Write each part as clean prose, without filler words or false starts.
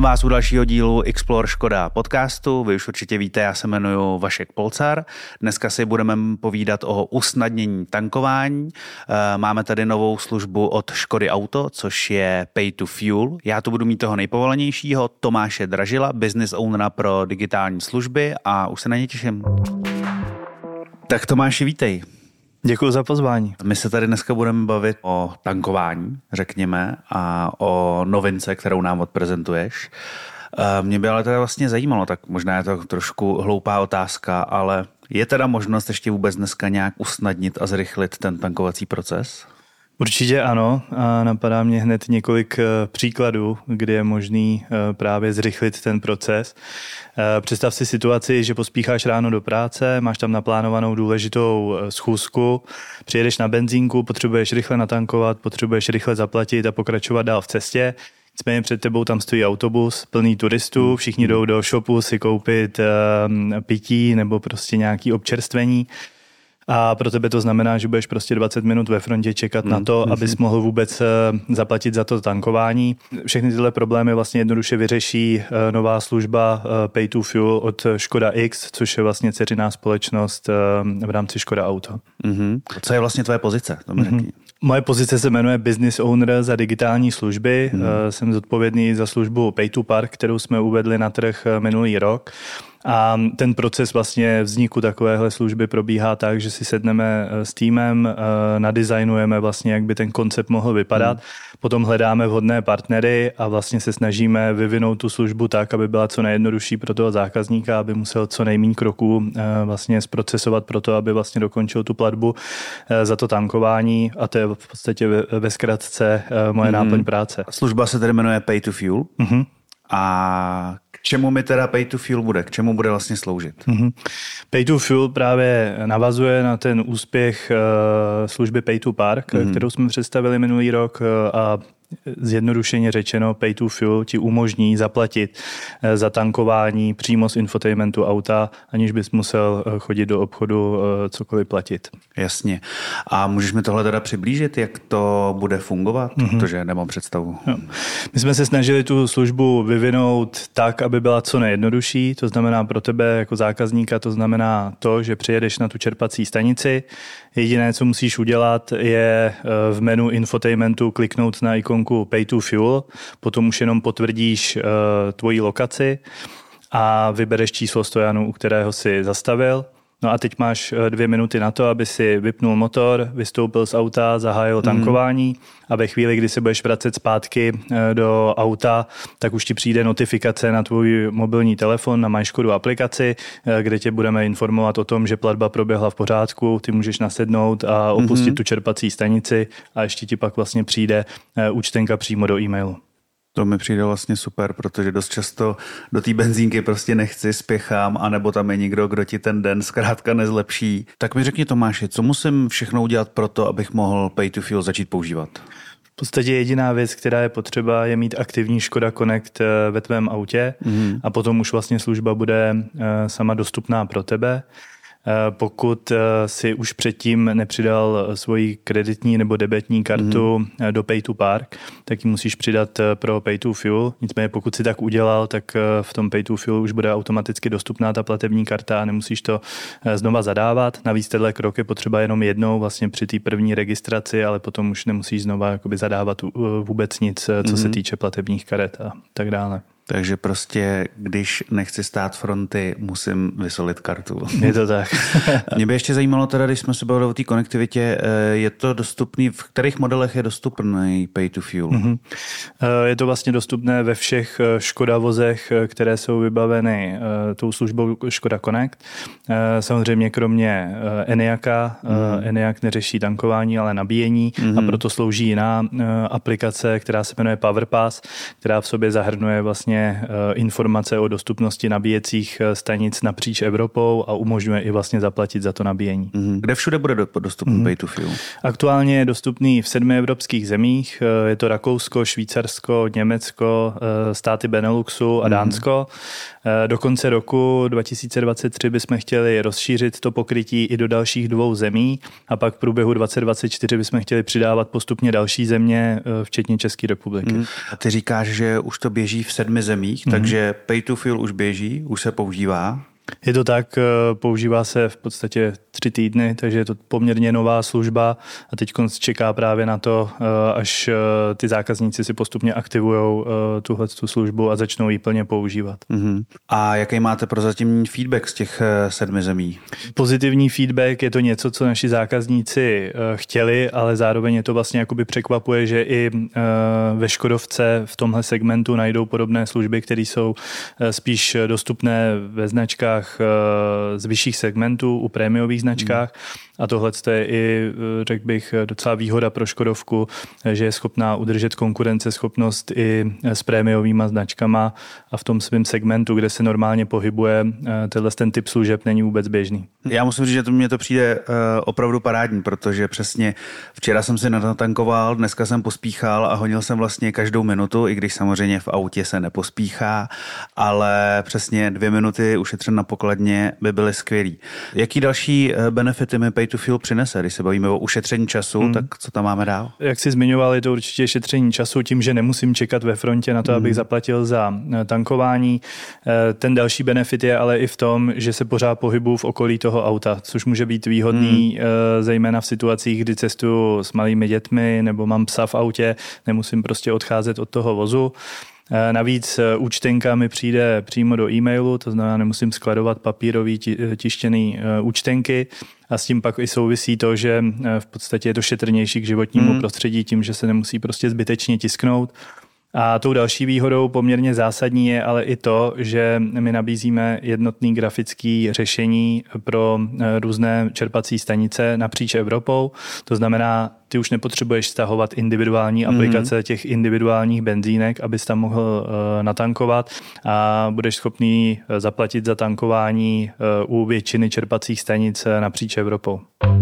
Vítám vás u dalšího dílu Explore Škoda podcastu. Vy už určitě víte, já se jmenuji Vašek Polcar. Dneska si budeme povídat o usnadnění tankování. Máme tady novou službu od Škody Auto, což je Pay to Fuel. Já tu budu mít toho nejpovolanějšího, Tomáše Dražila, business ownera pro digitální služby a už se na ně těším. Tak Tomáši, vítej. Děkuji za pozvání. My se tady dneska budeme bavit o tankování, řekněme, a o novince, kterou nám odprezentuješ. Mě by ale teda vlastně zajímalo, tak možná je to trošku hloupá otázka, ale je teda možnost ještě vůbec dneska nějak usnadnit a zrychlit ten tankovací proces? Určitě ano a napadá mě hned několik příkladů, kdy je možný právě zrychlit ten proces. Představ si situaci, že pospícháš ráno do práce, máš tam naplánovanou důležitou schůzku, přijedeš na benzínku, potřebuješ rychle natankovat, potřebuješ rychle zaplatit a pokračovat dál v cestě. Nicméně před tebou tam stojí autobus plný turistů, všichni jdou do shopu si koupit pití nebo prostě nějaké občerstvení. A pro tebe to znamená, že budeš prostě 20 minut ve frontě čekat na to, abys mohl vůbec zaplatit za to tankování. Všechny tyhle problémy vlastně jednoduše vyřeší nová služba Pay to Fuel od Škoda X, což je vlastně dceřiná společnost v rámci Škoda Auto. Co je vlastně tvoje pozice? To mi řekni. Moje pozice se jmenuje Business Owner za digitální služby. Jsem zodpovědný za službu Pay to Park, kterou jsme uvedli na trh minulý rok. A ten proces vlastně vzniku takovéhle služby probíhá tak, že si sedneme s týmem, nadizajnujeme vlastně, jak by ten koncept mohl vypadat, potom hledáme vhodné partnery a vlastně se snažíme vyvinout tu službu tak, aby byla co nejjednodušší pro toho zákazníka, aby musel co nejméně kroků vlastně zprocesovat pro to, aby vlastně dokončil tu platbu za to tankování a to je v podstatě ve zkratce moje náplň práce. Služba se tedy jmenuje Pay to Fuel. A k čemu mi teda Pay to Fuel bude? K čemu bude vlastně sloužit? Pay to Fuel právě navazuje na ten úspěch služby Pay to Park, kterou jsme představili minulý rok a zjednodušeně řečeno Pay to Fuel ti umožní zaplatit za tankování přímo z infotainmentu auta, aniž bys musel chodit do obchodu cokoliv platit. Jasně. A můžeš mi tohle teda přiblížit, jak to bude fungovat? Protože nemám představu. No. My jsme se snažili tu službu vyvinout tak, aby byla co nejjednodušší. To znamená pro tebe jako zákazníka, to znamená to, že přijedeš na tu čerpací stanici. Jediné, co musíš udělat, je v menu infotainmentu kliknout na ikonku Pay to Fuel, potom už jenom potvrdíš tvoji lokaci a vybereš číslo stojanu, u kterého si zastavil. No a teď máš 2 minuty na to, aby si vypnul motor, vystoupil z auta, zahájil tankování a ve chvíli, kdy se budeš vracet zpátky do auta, tak už ti přijde notifikace na tvůj mobilní telefon, na My Škodu aplikaci, kde tě budeme informovat o tom, že platba proběhla v pořádku, ty můžeš nasednout a opustit tu čerpací stanici a ještě ti pak vlastně přijde účtenka přímo do e-mailu. To mi přijde vlastně super, protože dost často do té benzínky prostě nechci, spěchám, anebo tam je někdo, kdo ti ten den zkrátka nezlepší. Tak mi řekni, Tomáši, co musím všechno udělat pro to, abych mohl Pay to Fuel začít používat? V podstatě jediná věc, která je potřeba, je mít aktivní Škoda Connect ve tvém autě a potom už vlastně služba bude sama dostupná pro tebe. Pokud si už předtím nepřidal svoji kreditní nebo debetní kartu do Pay to Park, tak ji musíš přidat pro Pay to Fuel. Nicméně pokud si tak udělal, tak v tom Pay to Fuel už bude automaticky dostupná ta platební karta a nemusíš to znova zadávat. Navíc tenhle krok je potřeba jenom jednou vlastně při té první registraci, ale potom už nemusíš znova jakoby zadávat vůbec nic, co se týče platebních karet a tak dále. Takže prostě, když nechci stát fronty, musím vysolit kartu. Je to tak. Mě by ještě zajímalo teda, když jsme se bavili o té konektivitě, je to dostupný, v kterých modelech je dostupný Pay to Fuel? Je to vlastně dostupné ve všech Škoda vozech, které jsou vybaveny tou službou Škoda Connect. Samozřejmě kromě Enyaqa. Enyaq neřeší tankování, ale nabíjení a proto slouží jiná aplikace, která se jmenuje PowerPass, která v sobě zahrnuje vlastně informace o dostupnosti nabíjecích stanic napříč Evropou a umožňuje i vlastně zaplatit za to nabíjení. Kde všude bude dostupný Pay to Fuel? Aktuálně je dostupný v 7 evropských zemích. Je to Rakousko, Švýcarsko, Německo, státy Beneluxu a Dánsko. Do konce roku 2023 bychom chtěli rozšířit to pokrytí i do dalších 2 zemí a pak v průběhu 2024 bychom chtěli přidávat postupně další země, včetně České republiky. A ty říkáš, že už to běží v 7 zemích, takže Pay to Fuel už běží, už se používá. Je to tak, používá se v podstatě 3 týdny, takže je to poměrně nová služba a teď čeká právě na to, až ty zákazníci si postupně aktivují tu službu a začnou ji plně používat. A jaký máte prozatímní feedback z těch 7 zemí? Pozitivní feedback je to něco, co naši zákazníci chtěli, ale zároveň je to vlastně jakoby překvapuje, že i ve Škodovce v tomhle segmentu najdou podobné služby, které jsou spíš dostupné ve značkách z vyšších segmentů, u prémiových značkách. A tohle je i, řekl bych, docela výhoda pro Škodovku, že je schopná udržet konkurenceschopnost i s prémiovýma značkama a v tom svém segmentu, kde se normálně pohybuje, ten typ služeb není vůbec běžný. Já musím říct, že mně to přijde opravdu parádní, protože přesně včera jsem si natankoval, dneska jsem pospíchal a honil jsem vlastně každou minutu, i když samozřejmě v autě se nepospíchá, ale přesně 2 minuty ušetřen na pokladně by byly skvělý. Jaký další benefity mi Pay to Fuel přinese, když se bavíme o ušetření času, tak co tam máme dál? Jak jsi zmiňoval, je to určitě šetření času tím, že nemusím čekat ve frontě na to, abych zaplatil za tankování. Ten další benefit je ale i v tom, že se pořád pohybuju v okolí toho auta, což může být výhodný, zejména v situacích, kdy cestuju s malými dětmi nebo mám psa v autě, nemusím prostě odcházet od toho vozu. Navíc účtenka mi přijde přímo do e-mailu, to znamená, nemusím skladovat papírový tištěný účtenky a s tím pak i souvisí to, že v podstatě je to šetrnější k životnímu prostředí tím, že se nemusí prostě zbytečně tisknout. A tou další výhodou poměrně zásadní je ale i to, že my nabízíme jednotný grafický řešení pro různé čerpací stanice napříč Evropou. To znamená, ty už nepotřebuješ stahovat individuální aplikace těch individuálních benzínek, abys tam mohl natankovat a budeš schopný zaplatit za tankování u většiny čerpacích stanic napříč Evropou.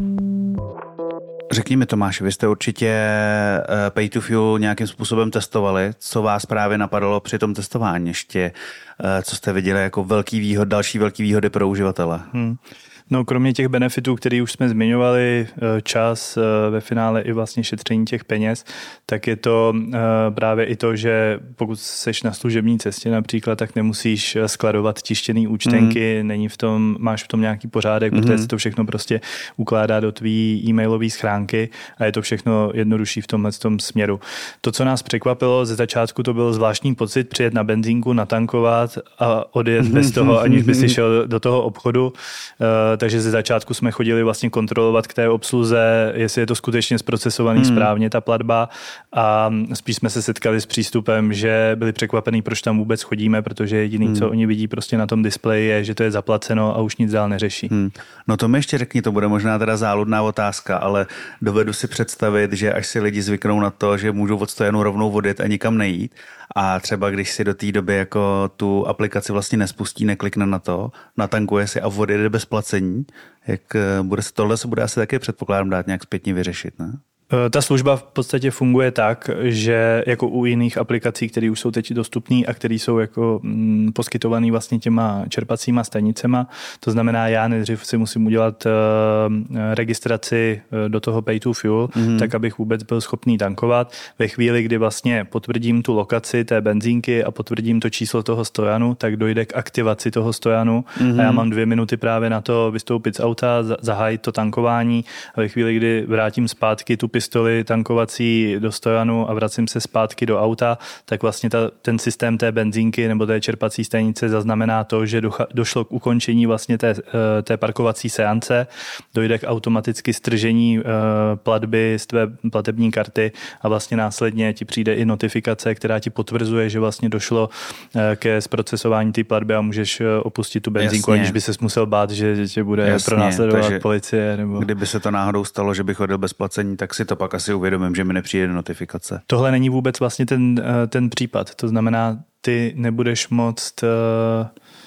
Řekni mi, Tomáš, vy jste určitě Pay to Fuel nějakým způsobem testovali. Co vás právě napadalo při tom testování ještě? Co jste viděli jako další velký výhody pro uživatele? No, kromě těch benefitů, který už jsme zmiňovali, čas, ve finále i vlastně šetření těch peněz, tak je to právě i to, že pokud seš na služební cestě například, tak nemusíš skladovat tištěný účtenky, máš v tom nějaký pořádek, protože se to všechno prostě ukládá do tvý e-mailové schránky a je to všechno jednodušší v tomhle směru. To, co nás překvapilo, ze začátku to byl zvláštní pocit přijet na benzínku, natankovat a odjet bez toho, aniž by si šel do toho obchodu. Takže ze začátku jsme chodili vlastně kontrolovat k té obsluze, jestli je to skutečně zprocesovaný správně ta platba a spíš jsme se setkali s přístupem, že byli překvapení, proč tam vůbec chodíme, protože jediný, co oni vidí prostě na tom displeji je, že to je zaplaceno a už nic dál neřeší. No to mi ještě řekni, to bude možná teda záludná otázka, ale dovedu si představit, že až si lidi zvyknou na to, že můžou od stojanu rovnou odjet a nikam nejít a třeba když si do té doby jako tu aplikaci vlastně nespustí, neklikne na to, natankuje si a odjede bez placení, jak tohle se bude asi taky předpokládám dát nějak zpětně vyřešit, ne? Ta služba v podstatě funguje tak, že jako u jiných aplikací, které už jsou teď dostupné a které jsou jako poskytované vlastně těma čerpacíma stanicema. To znamená, já nejdřív si musím udělat registraci do toho Pay to Fuel, tak abych vůbec byl schopný tankovat. Ve chvíli, kdy vlastně potvrdím tu lokaci té benzínky a potvrdím to číslo toho stojanu, tak dojde k aktivaci toho stojanu a já mám 2 minuty právě na to vystoupit z auta, zahájit to tankování a ve chvíli, kdy vrátím zpátky tu pistoli tankovací do stojanu a vracím se zpátky do auta, tak vlastně ten systém té benzínky nebo té čerpací stanice zaznamená to, že došlo k ukončení vlastně té parkovací seance, dojde k automaticky stržení platby z tvé platební karty a vlastně následně ti přijde i notifikace, která ti potvrzuje, že vlastně došlo ke zprocesování té platby a můžeš opustit tu benzínku, aniž by ses musel bát, že tě bude pronásledovat policie. Nebo... Kdyby se to náhodou stalo, že bych chodil bez placení, tak si to pak asi uvědomím, že mi nepřijde notifikace. Tohle není vůbec vlastně ten případ. To znamená, ty nebudeš moct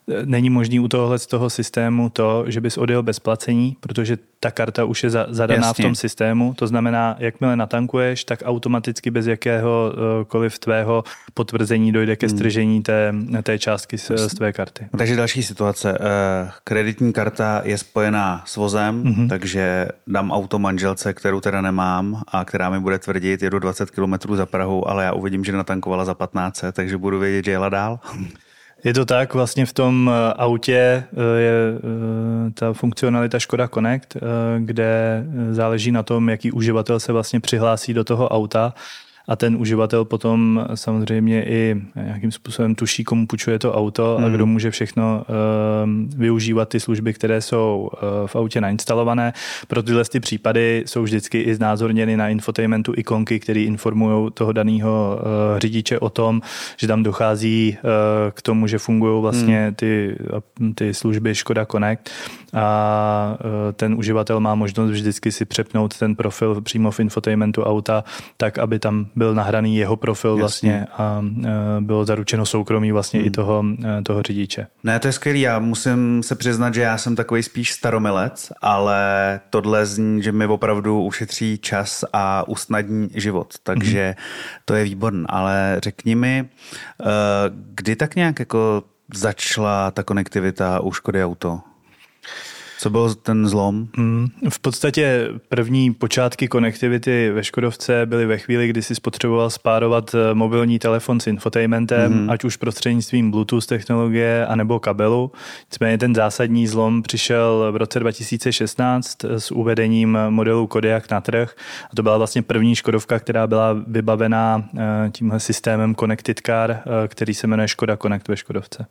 není možný u tohohle z toho systému to, že bys odjel bez placení, protože ta karta už je zadaná Jasně. v tom systému. To znamená, jakmile natankuješ, tak automaticky bez jakéhokoliv tvého potvrzení dojde ke stržení té částky z tvé karty. Takže další situace. Kreditní karta je spojená s vozem, takže dám auto manželce, kterou teda nemám a která mi bude tvrdit, jedu 20 km za Prahu, ale já uvidím, že natankovala za 15, takže budu vědět, že jela dál. Je to tak, vlastně v tom autě je ta funkcionalita Škoda Connect, kde záleží na tom, jaký uživatel se vlastně přihlásí do toho auta a ten uživatel potom samozřejmě i nějakým způsobem tuší, komu půjčuje to auto a kdo může všechno využívat ty služby, které jsou v autě nainstalované. Pro tyhle ty případy jsou vždycky i znázorněny na infotainmentu ikonky, které informují toho daného řidiče o tom, že tam dochází k tomu, že fungují vlastně ty služby Škoda Connect a ten uživatel má možnost vždycky si přepnout ten profil přímo v infotainmentu auta, tak, aby tam byl nahraný jeho profil vlastně a bylo zaručeno soukromí vlastně i toho řidiče. Ne, to je skvělý. Já musím se přiznat, že já jsem takový spíš staromilec, ale tohle zní, že mi opravdu ušetří čas a usnadní život. Takže to je výborné. Ale řekni mi, kdy tak nějak jako začala ta konektivita u Škody Auto? Co byl ten zlom? V podstatě první počátky konektivity ve Škodovce byly ve chvíli, kdy si spotřeboval spárovat mobilní telefon s infotainmentem, ať už prostřednictvím Bluetooth technologie anebo kabelu. Nicméně ten zásadní zlom přišel v roce 2016 s uvedením modelu Kodiaq na trh. A to byla vlastně první Škodovka, která byla vybavená tímhle systémem Connected Car, který se jmenuje Škoda Connect ve Škodovce.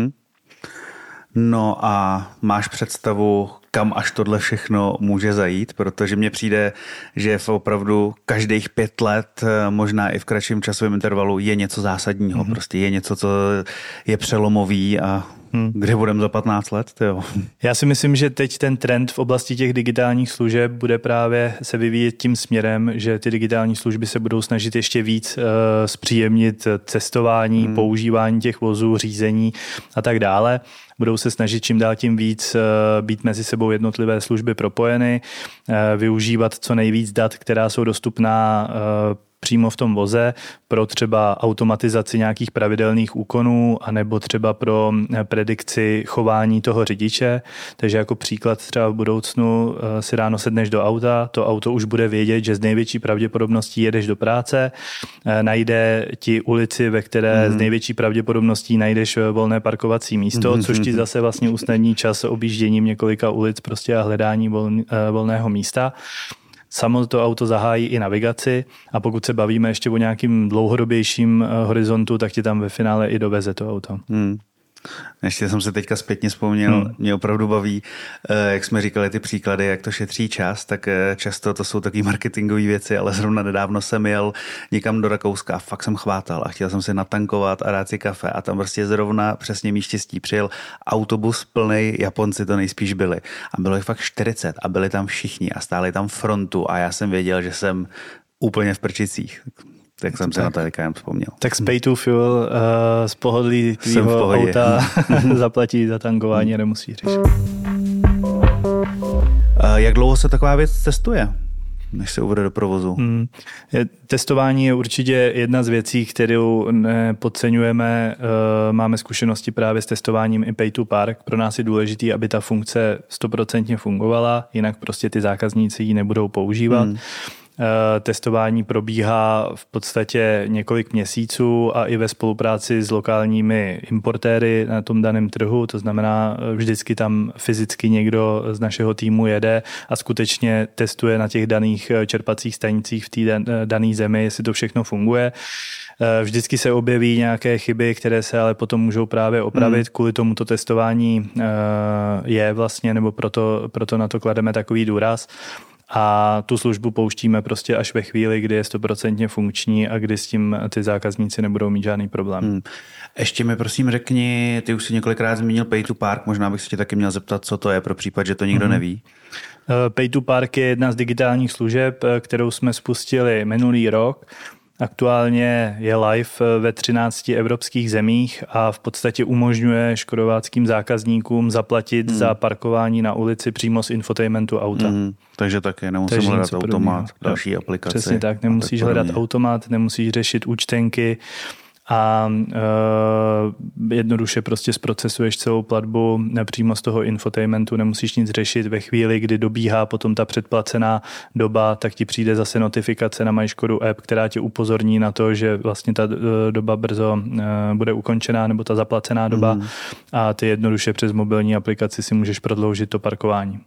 No a máš představu, kam až tohle všechno může zajít? Protože mně přijde, že v opravdu každých 5 let, možná i v kratším časovém intervalu, je něco zásadního. Prostě je něco, co je přelomový a kde budeme za 15 let? Tyjo. Já si myslím, že teď ten trend v oblasti těch digitálních služeb bude právě se vyvíjet tím směrem, že ty digitální služby se budou snažit ještě víc zpříjemnit cestování, používání těch vozů, řízení a tak dále. Budou se snažit čím dál tím víc být mezi sebou jednotlivé služby propojeny, využívat co nejvíc dat, která jsou dostupná přímo v tom voze pro třeba automatizaci nějakých pravidelných úkonů anebo třeba pro predikci chování toho řidiče. Takže jako příklad třeba v budoucnu si ráno sedneš do auta, to auto už bude vědět, že z největší pravděpodobností jedeš do práce, najde ti ulici, ve které z největší pravděpodobností najdeš volné parkovací místo, což ti zase vlastně usnadní čas objížděním několika ulic prostě a hledání volného místa. Samo to auto zahájí i navigaci a pokud se bavíme ještě o nějakým dlouhodobějším horizontu, tak ti tam ve finále i doveze to auto. Ještě jsem se teďka zpětně vzpomněl, mě opravdu baví, jak jsme říkali ty příklady, jak to šetří čas, tak často to jsou takové marketingové věci, ale zrovna nedávno jsem jel někam do Rakouska a fakt jsem chvátal a chtěl jsem si natankovat a dát si kafe a tam prostě zrovna přesně mý štěstí přijel autobus plnej, Japonci to nejspíš byli a bylo jich fakt 40 a byli tam všichni a stáli tam frontu a já jsem věděl, že jsem úplně v prčicích. Tak jsem se na to jen vzpomněl. Tak z pay to fuel z pohodlí tvýho auta zaplatí za tankování a nemusí řešit. Jak dlouho se taková věc testuje, než se uvede do provozu? Testování je určitě jedna z věcí, kterou nepodceňujeme. Máme zkušenosti právě s testováním i Pay to Park. Pro nás je důležité, aby ta funkce 100% fungovala, jinak prostě ty zákazníci ji nebudou používat. Testování probíhá v podstatě několik měsíců a i ve spolupráci s lokálními importéry na tom daném trhu, to znamená vždycky tam fyzicky někdo z našeho týmu jede a skutečně testuje na těch daných čerpacích stanicích v té dané zemi, jestli to všechno funguje. Vždycky se objeví nějaké chyby, které se ale potom můžou právě opravit. Kvůli tomuto testování je vlastně, nebo proto na to klademe takový důraz. A tu službu pouštíme prostě až ve chvíli, kdy je 100% funkční a kdy s tím ty zákazníci nebudou mít žádný problém. Ještě mi prosím řekni, ty už si několikrát zmínil Pay to Park, možná bych se tě taky měl zeptat, co to je pro případ, že to nikdo neví. Pay to Park je jedna z digitálních služeb, kterou jsme spustili minulý rok. Aktuálně je live ve 13 evropských zemích a v podstatě umožňuje škodováckým zákazníkům zaplatit za parkování na ulici přímo z infotainmentu auta. Takže taky nemusím hledat automat, další aplikace. Přesně tak, nemusíš hledat automat, nemusíš řešit účtenky a jednoduše prostě zprocesuješ celou platbu přímo z toho infotainmentu, nemusíš nic řešit. Ve chvíli, kdy dobíhá potom ta předplacená doba, tak ti přijde zase notifikace na MyŠkodu app, která tě upozorní na to, že vlastně ta doba brzo bude ukončená, nebo ta zaplacená doba a ty jednoduše přes mobilní aplikaci si můžeš prodloužit to parkování.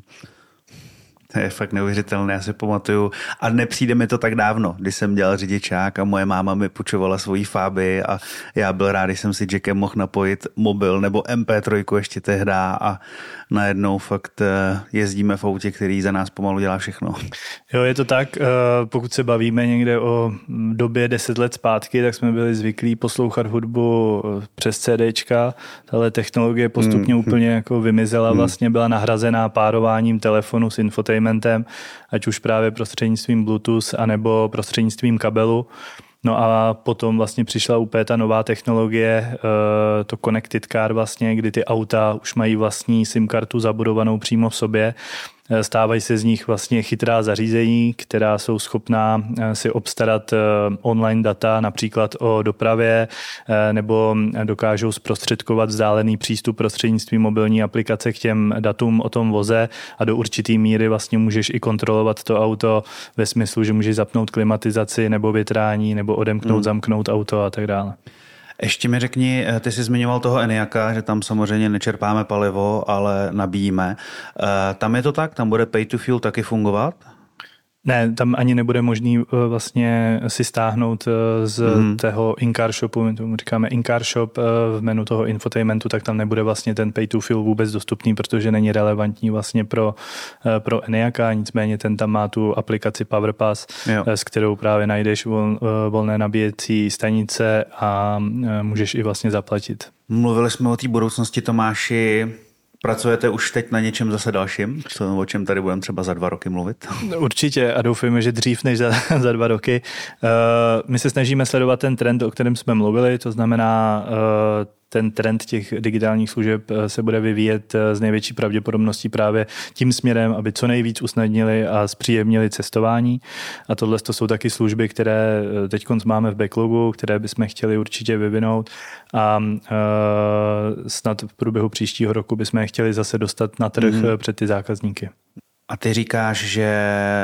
To je fakt neuvěřitelné, já si pamatuju. A nepřijde mi to tak dávno, když jsem dělal řidičák a moje máma mi půjčovala svoji Fabii a já byl rád, když jsem si Jackem mohl napojit mobil nebo MP3 ještě tehda a najednou fakt jezdíme v autě, který za nás pomalu dělá všechno. Jo, je to tak. Pokud se bavíme někde o době 10 let zpátky, tak jsme byli zvyklí poslouchat hudbu přes CDčka. Tahle technologie postupně úplně jako vymizela, vlastně byla nahrazená párováním telefonu s infotainmentem, ať už právě prostřednictvím Bluetooth anebo prostřednictvím kabelu. No a potom vlastně přišla úplně ta nová technologie, to Connected Car vlastně, kdy ty auta už mají vlastní SIM kartu zabudovanou přímo v sobě. Stávají se z nich vlastně chytrá zařízení, která jsou schopná si obstarat online data, například o dopravě, nebo dokážou zprostředkovat vzdálený přístup prostřednictvím mobilní aplikace k těm datům o tom voze a do určitý míry vlastně můžeš i kontrolovat to auto ve smyslu, že můžeš zapnout klimatizaci nebo větrání nebo odemknout, zamknout auto a tak dále. Ještě mi řekni, ty jsi zmiňoval toho Enyaqua, že tam samozřejmě nečerpáme palivo, ale nabíjíme. Tam je to tak? Tam bude pay to fuel taky fungovat? Ne, tam ani nebude možný vlastně si stáhnout z tého in-car shopu, my tomu říkáme in-car shop v menu toho infotainmentu, tak tam nebude vlastně ten pay to fuel vůbec dostupný, protože není relevantní vlastně pro Enyaqua, nicméně ten tam má tu aplikaci PowerPass, s kterou právě najdeš volné nabíjecí stanice a můžeš i vlastně zaplatit. Mluvili jsme o té budoucnosti, Tomáši. Pracujete už teď na něčem zase dalším, o čem tady budeme třeba za 2 roky mluvit? Určitě a doufujeme, že dřív než za 2 roky. My se snažíme sledovat ten trend, o kterém jsme mluvili, to znamená ten trend těch digitálních služeb se bude vyvíjet s největší pravděpodobností právě tím směrem, aby co nejvíc usnadnili a zpříjemnili cestování. A tohle to jsou taky služby, které teď máme v backlogu, které bychom chtěli určitě vyvinout a snad v průběhu příštího roku bychom chtěli zase dostat na trh před ty zákazníky. A ty říkáš, že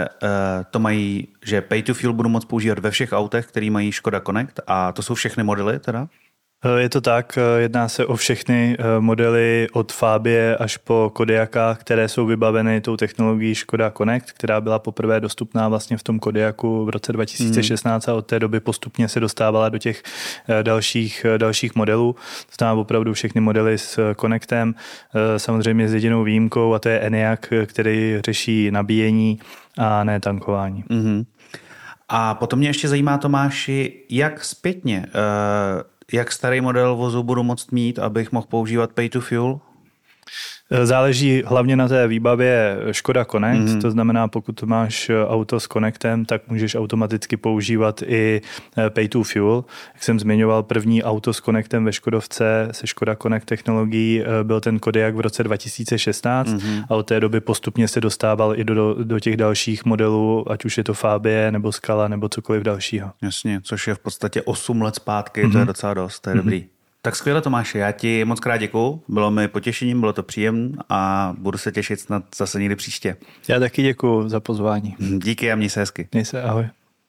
že pay to fuel budu moct používat ve všech autech, který mají Škoda Connect a to jsou všechny modely teda? Je to tak, jedná se o všechny modely od Fabie až po Kodiaka, které jsou vybaveny tou technologií Škoda Connect, která byla poprvé dostupná vlastně v tom Kodiaku v roce 2016 a od té doby postupně se dostávala do těch dalších modelů. To znamená opravdu všechny modely s Connectem, samozřejmě s jedinou výjimkou a to je Enyaq, který řeší nabíjení a ne tankování. A potom mě ještě zajímá, Tomáši, jak zpětně jak starý model vozu budu moct mít, abych mohl používat pay to fuel? Záleží hlavně na té výbavě Škoda Connect, to znamená, pokud máš auto s Connectem, tak můžeš automaticky používat i pay to fuel. Jak jsem zmiňoval, první auto s Connectem ve Škodovce se Škoda Connect technologií byl ten Kodiaq v roce 2016 a od té doby postupně se dostával i do těch dalších modelů, ať už je to Fabie nebo Scala nebo cokoliv dalšího. Jasně, což je v podstatě 8 let zpátky, to je docela dost, to je dobrý. Tak skvěle, Tomáši, já ti moc krát děkuju, bylo mi potěšením, bylo to příjemné a budu se těšit snad zase někdy příště. Já taky děkuju za pozvání. Díky a měj se hezky. Měj se, ahoj.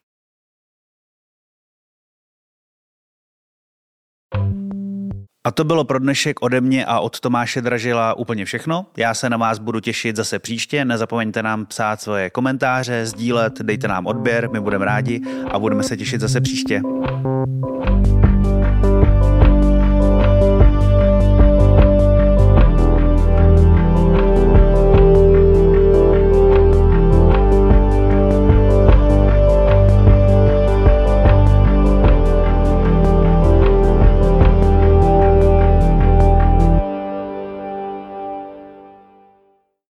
A to bylo pro dnešek ode mě a od Tomáše Dražila úplně všechno. Já se na vás budu těšit zase příště. Nezapomeňte nám psát svoje komentáře, sdílet, dejte nám odběr, my budeme rádi a budeme se těšit zase příště.